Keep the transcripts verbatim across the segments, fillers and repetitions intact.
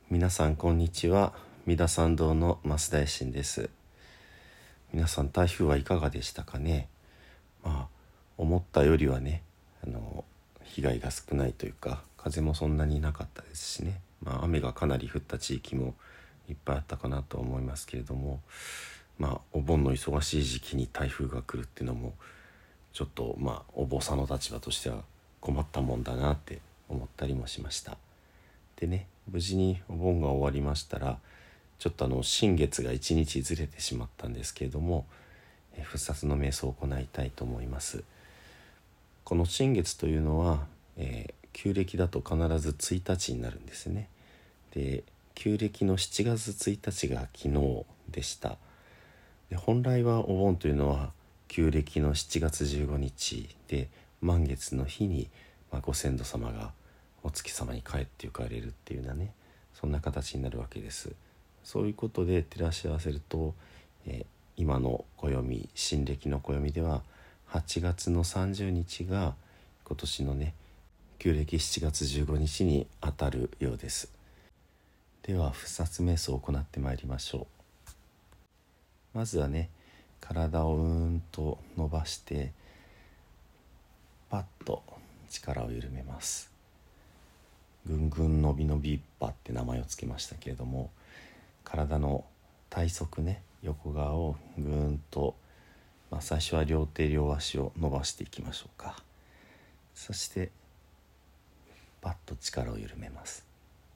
皆さんこんにちは。三田参道の増大臣です。皆さん台風はいかがでしたかね。まあ思ったよりはね、あの被害が少ないというか、風もそんなになかったですしね、まあ、雨がかなり降った地域もいっぱいあったかなと思いますけれども、まあお盆の忙しい時期に台風が来るっていうのもちょっとまあお坊さんの立場としては困ったもんだなって思ったりもしました。でね、無事にお盆が終わりましたら、ちょっとあの新月がいちにちずれてしまったんですけれども、え仏殺の瞑想を行いたいと思います。この新月というのは、えー、旧暦だと必ずついたちになるんですね。で、旧暦のしちがつついたちが昨日でした。で、本来はお盆というのは旧暦のしちがつじゅうごにちで、満月の日に、まあ、ご先祖様がお月様に帰って行かれるっていうようなね、そんな形になるわけです。そういうことで照らし合わせると、えー、今の暦、新暦の暦でははちがつのさんじゅうにちが今年のね旧暦しちがつじゅうごにちにあたるようです。では仏殺瞑想を行ってまいりましょう。まずはね、体をうーんと伸ばしてパッと力を緩めます。ぐんぐん伸び伸びっぱって名前をつけましたけれども、体の体側ね、横側をぐーんと、まあ、最初は両手両足を伸ばしていきましょうか。そしてパッと力を緩めます。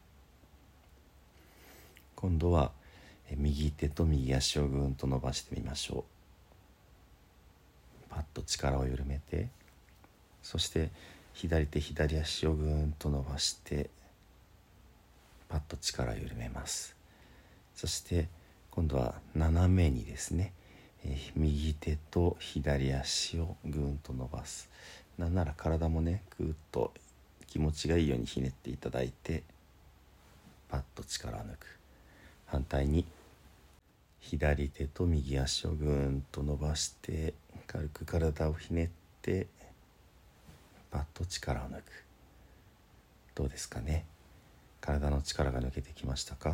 今度は右手と右足をぐーんと伸ばしてみましょう。パッと力を緩めて、そして左手左足をぐーんと伸ばしてパッと力を緩めます。そして今度は斜めにですね、えー、右手と左足をぐーんと伸ばす。なんなら体もね、ぐーっと気持ちがいいようにひねっていただいてパッと力を抜く。反対に左手と右足をぐーんと伸ばして軽く体をひねってパッと力を抜く。どうですかね。体の力が抜けてきましたか。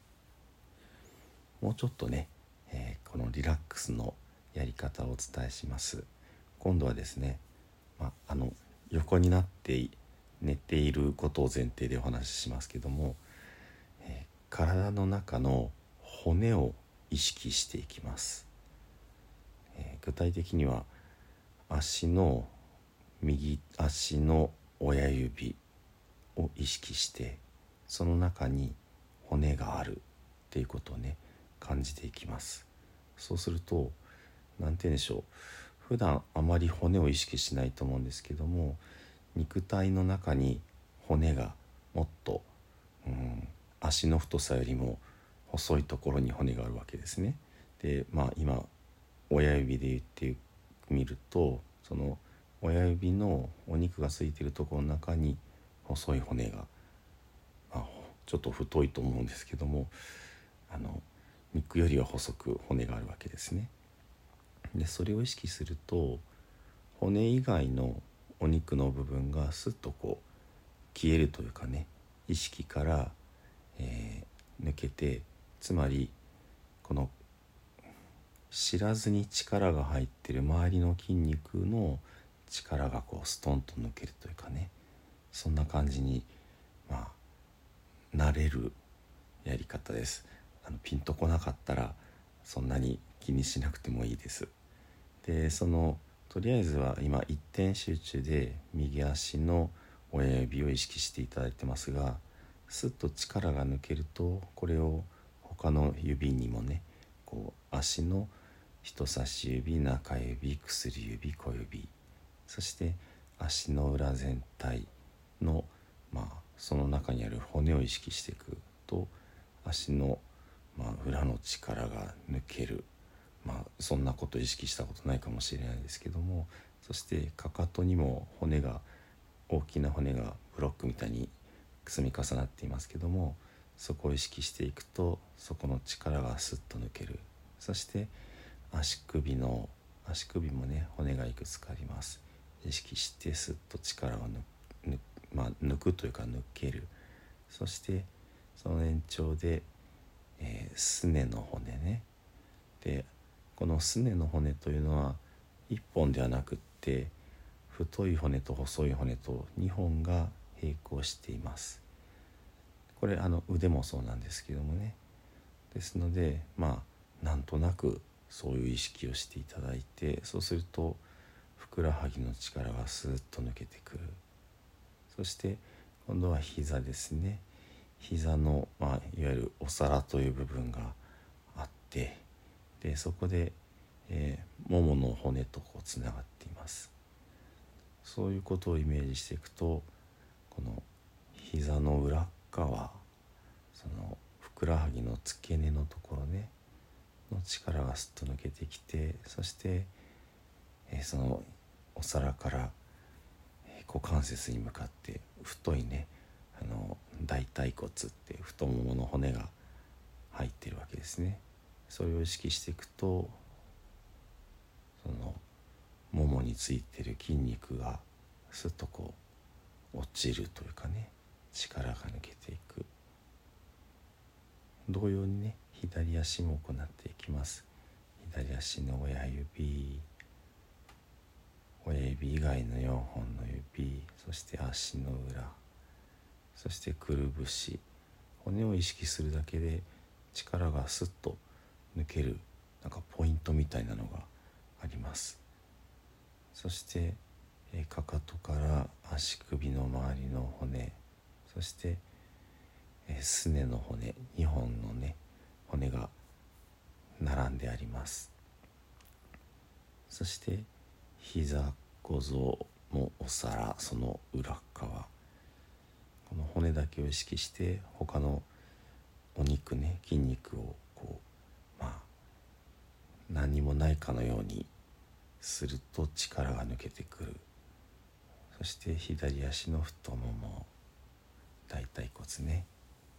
もうちょっとね、えー、このリラックスのやり方をお伝えします。今度はですね、まあ、あの横になって寝ていることを前提でお話ししますけども、えー、体の中の骨を意識していきます。えー、具体的には足の右足の親指を意識して、その中に骨があるっていうことをね感じていきます。そうすると、なんて言うんでしょう、普段あまり骨を意識しないと思うんですけども、肉体の中に骨がもっと、うん、足の太さよりも細いところに骨があるわけですね。で、まあ今親指で言ってみると、その親指のお肉がついているところの中に細い骨が、まあ、ちょっと太いと思うんですけども、あの肉よりは細く骨があるわけですね。でそれを意識すると、骨以外のお肉の部分がスッとこう消えるというかね、意識から、えー、抜けて、つまりこの知らずに力が入っている周りの筋肉の力がこうストンと抜けるというかね、そんな感じにまあなれるやり方です。あのピンとこなかったらそんなに気にしなくてもいいです。で、そのとりあえずは今一点集中で右足の親指を意識していただいてますが、スッと力が抜けると、これを他の指にもね、こう足の人差し指、中指、薬指、小指、そして足の裏全体の、まあ、その中にある骨を意識していくと、足の、まあ、裏の力が抜ける。まあ、そんなこと意識したことないかもしれないですけども、そしてかかとにも骨が、大きな骨がブロックみたいに積み重なっていますけども、そこを意識していくと、そこの力がスッと抜ける。そして足首の足首もね、骨がいくつかあります。意識してスッと力を抜く、まあ、抜くというか抜ける。そしてそその延長で、えー、すねの骨ね。でこのすねの骨というのは一本ではなくって、太い骨と細い骨とにほんが並行しています。これあの腕もそうなんですけどもね。ですのでまあなんとなくそういう意識をしていただいて、そうするとふくらはぎの力がスーッと抜けてくる。そして今度は膝ですね。膝の、まあ、いわゆるお皿という部分があって、でそこで、えー、ももの骨とこうつながっています。そういうことをイメージしていくと、この膝の裏側、そのふくらはぎの付け根のところねの力がすっと抜けてきて、そして、えー、そのお皿から、えー、股関節に向かって太いね、あの大腿骨って太ももの骨が入っているわけですね。それを意識していくと、そのももについている筋肉がすっとこう落ちるというかね、力が抜けていく。同様にね、左足も行っていきます。左足の親指、親指以外のよんほんの指、そして足の裏、そしてくるぶし、骨を意識するだけで力がスッと抜ける、なんかポイントみたいなのがあります。そしてえかかとから足首の周りの骨、そしてえすねの骨、にほんのね骨が並んであります。そして膝小僧のお皿、その裏側、この骨だけを意識して他のお肉ね、筋肉をこうまあ何もないかのようにすると力が抜けてくる。そして左足の太もも、大腿骨ね、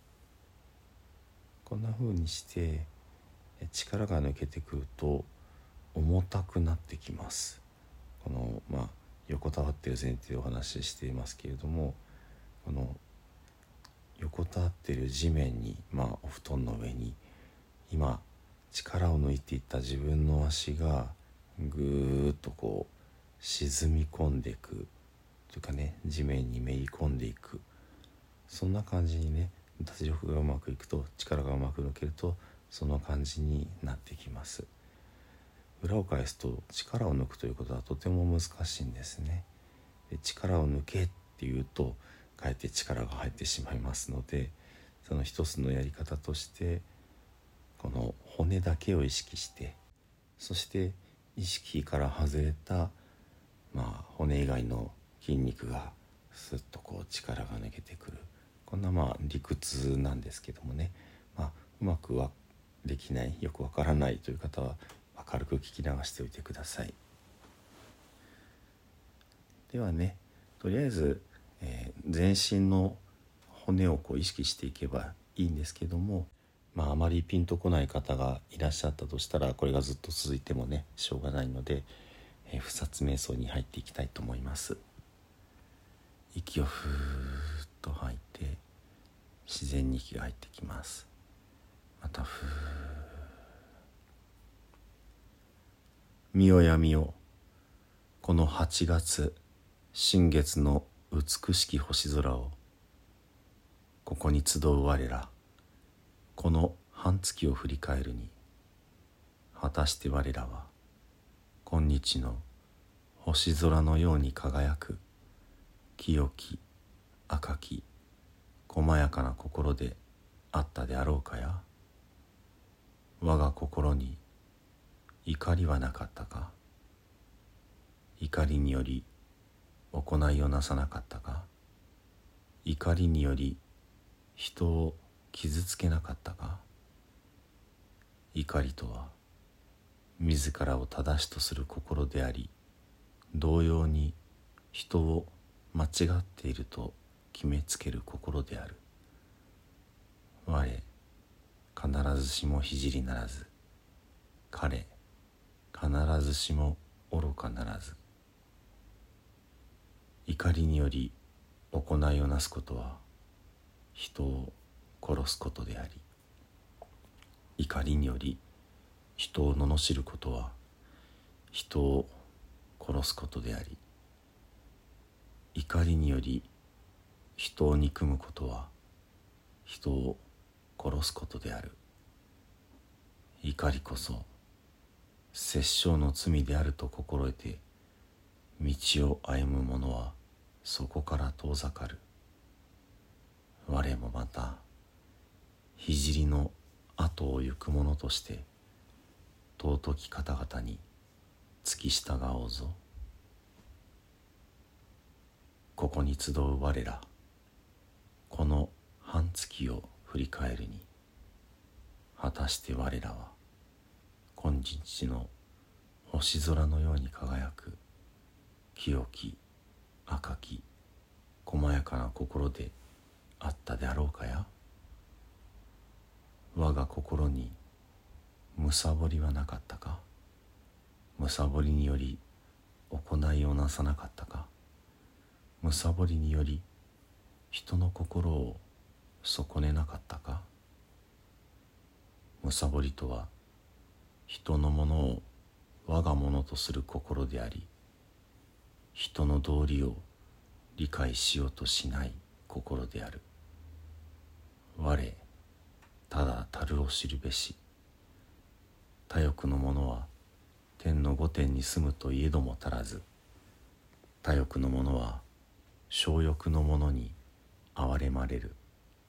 こんな風にして力が抜けてくると重たくなってきます。このまあ横たわっている前提でお話ししていますけれども、この横たわっている地面に、まあお布団の上に今力を抜いていった自分の足がぐーっとこう沈み込んでいくというかね、地面にめり込んでいく、そんな感じにね、脱力がうまくいくと、力がうまく抜けるとその感じになってきます。裏を返すと力を抜くということはとても難しいんですね。で力を抜けっていうとかえって力が入ってしまいますので、その一つのやり方としてこの骨だけを意識して、そして意識から外れた、まあ、骨以外の筋肉がスッとこう力が抜けてくる、こんなまあ理屈なんですけどもね、まあ、うまくはできない、よくわからないという方は軽く聞き流しておいてください。ではね、とりあえず、えー、全身の骨をこう意識していけばいいんですけども、まああまりピンとこない方がいらっしゃったとしたら、これがずっと続いてもねしょうがないので、えー、不殺瞑想に入っていきたいと思います。息をふーっと吐いて、自然に息が入ってきます。またふー、見よや見よ、このはちがつ新月の美しき星空を、ここに集う我ら、この半月を振り返るに、果たして我らは今日の星空のように輝く清き赤き細やかな心であったであろうかや。我が心に怒りはなかったか。怒りにより行いをなさなかったか。怒りにより人を傷つけなかったか。怒りとは自らを正しとする心であり、同様に人を間違っていると決めつける心である。我必ずしも聖ならず、彼必ずしも愚かならず。怒りにより行いをなすことは人を殺すことであり、怒りにより人を罵ることは人を殺すことであり、怒りにより人を憎むことは人を殺すことである。怒りこそ殺生の罪であると心得て道を歩む者はそこから遠ざかる。我もまた聖の後を行く者として尊き方々に付き従おうぞ。ここに集う我ら、この半月を振り返るに、果たして我らは今日の星空のように輝く清き赤き細やかな心であったであろうかや。我が心にむさぼりはなかったか。むさぼりにより行いをなさなかったか。むさぼりにより人の心を損ねなかったか。むさぼりとは人のものを我がものとする心であり、人の道理を理解しようとしない心である。我ただ樽を知るべし。他欲の者は天の御殿に住むといえども足らず、他欲の者は小欲の者に憐れまれる。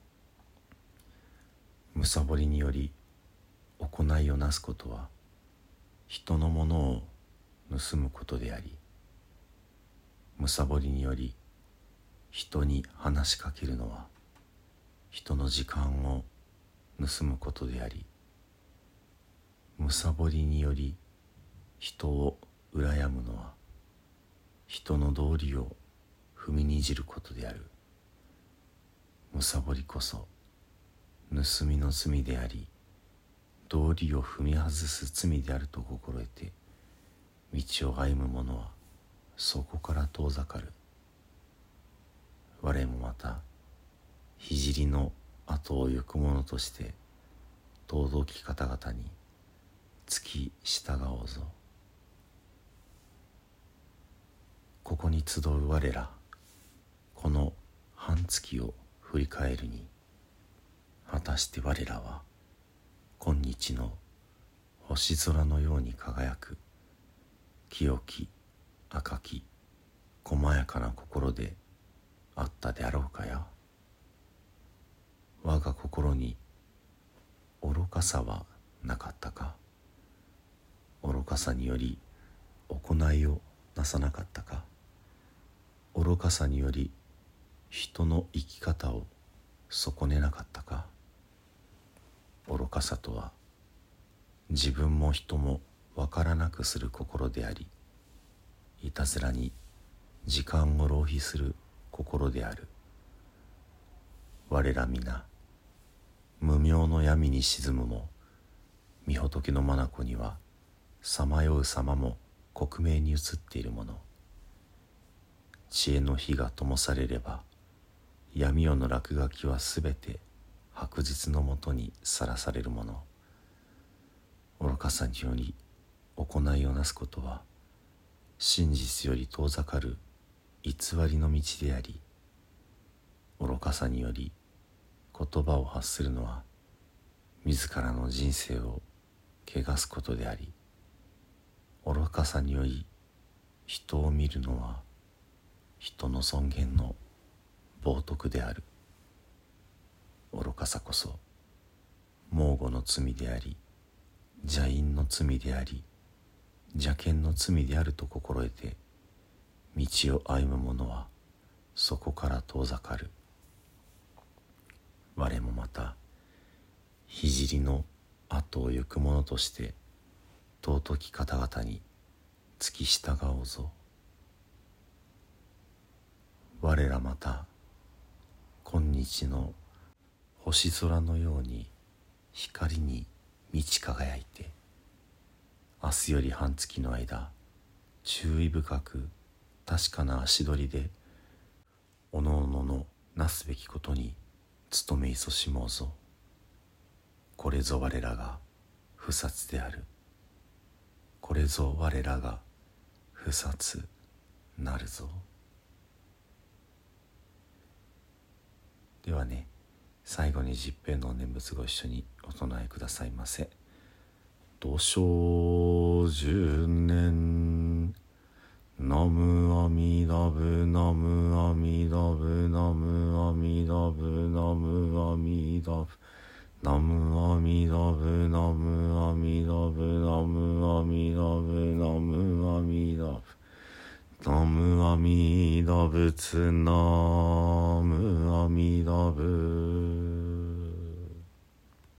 むさぼりにより行いをなすことは人のものを盗むことであり、むさぼりにより人に話しかけるのは人の時間を盗むことであり、むさぼりにより人を羨むのは人の道理を踏みにじることである。むさぼりこそ盗みの罪であり、道理を踏み外す罪であると心得て道を歩む者はそこから遠ざかる。我もまた聖の後を行く者として尊き方々に付き従おうぞ。ここに集う我ら、この半月を振り返るに、果たして我らは今日の星空のように輝く清き赤き細やかな心であったであろうかや。我が心に愚かさはなかったか。愚かさにより行いをなさなかったか。愚かさにより人の生き方を損ねなかったか。愚かさとは自分も人もわからなくする心であり、いたずらに時間を浪費する心である。我ら皆無明の闇に沈むも、御仏の眼にはさまよう様も克明に映っているもの。知恵の火が灯されれば、闇夜の落書きはすべて白日のもとにさらされるもの。愚かさにより行いをなすことは真実より遠ざかる偽りの道であり、愚かさにより言葉を発するのは自らの人生を汚すことであり、愚かさにより人を見るのは人の尊厳の冒涜である。愚かさこそ妄語の罪であり、邪淫の罪であり、邪見の罪であると心得て道を歩む者はそこから遠ざかる。我もまた聖の後を行く者として尊き方々に付き従おうぞ。我らまた今日の星空のように光に満ち輝いて、明日より半月の間注意深く確かな足取りでおのおののなすべきことに務めいそしもうぞ。これぞ我らが不殺である。これぞ我らが不殺なるぞ。ではね、最後に十平の念仏ご一緒にお唱えくださいませ。土生十年ナムアミダブナムアミダブナムアミダブナムアミダブナムアミダブナムアミダブナムアミダブナムアミダブナムアミダブツナムアミダブ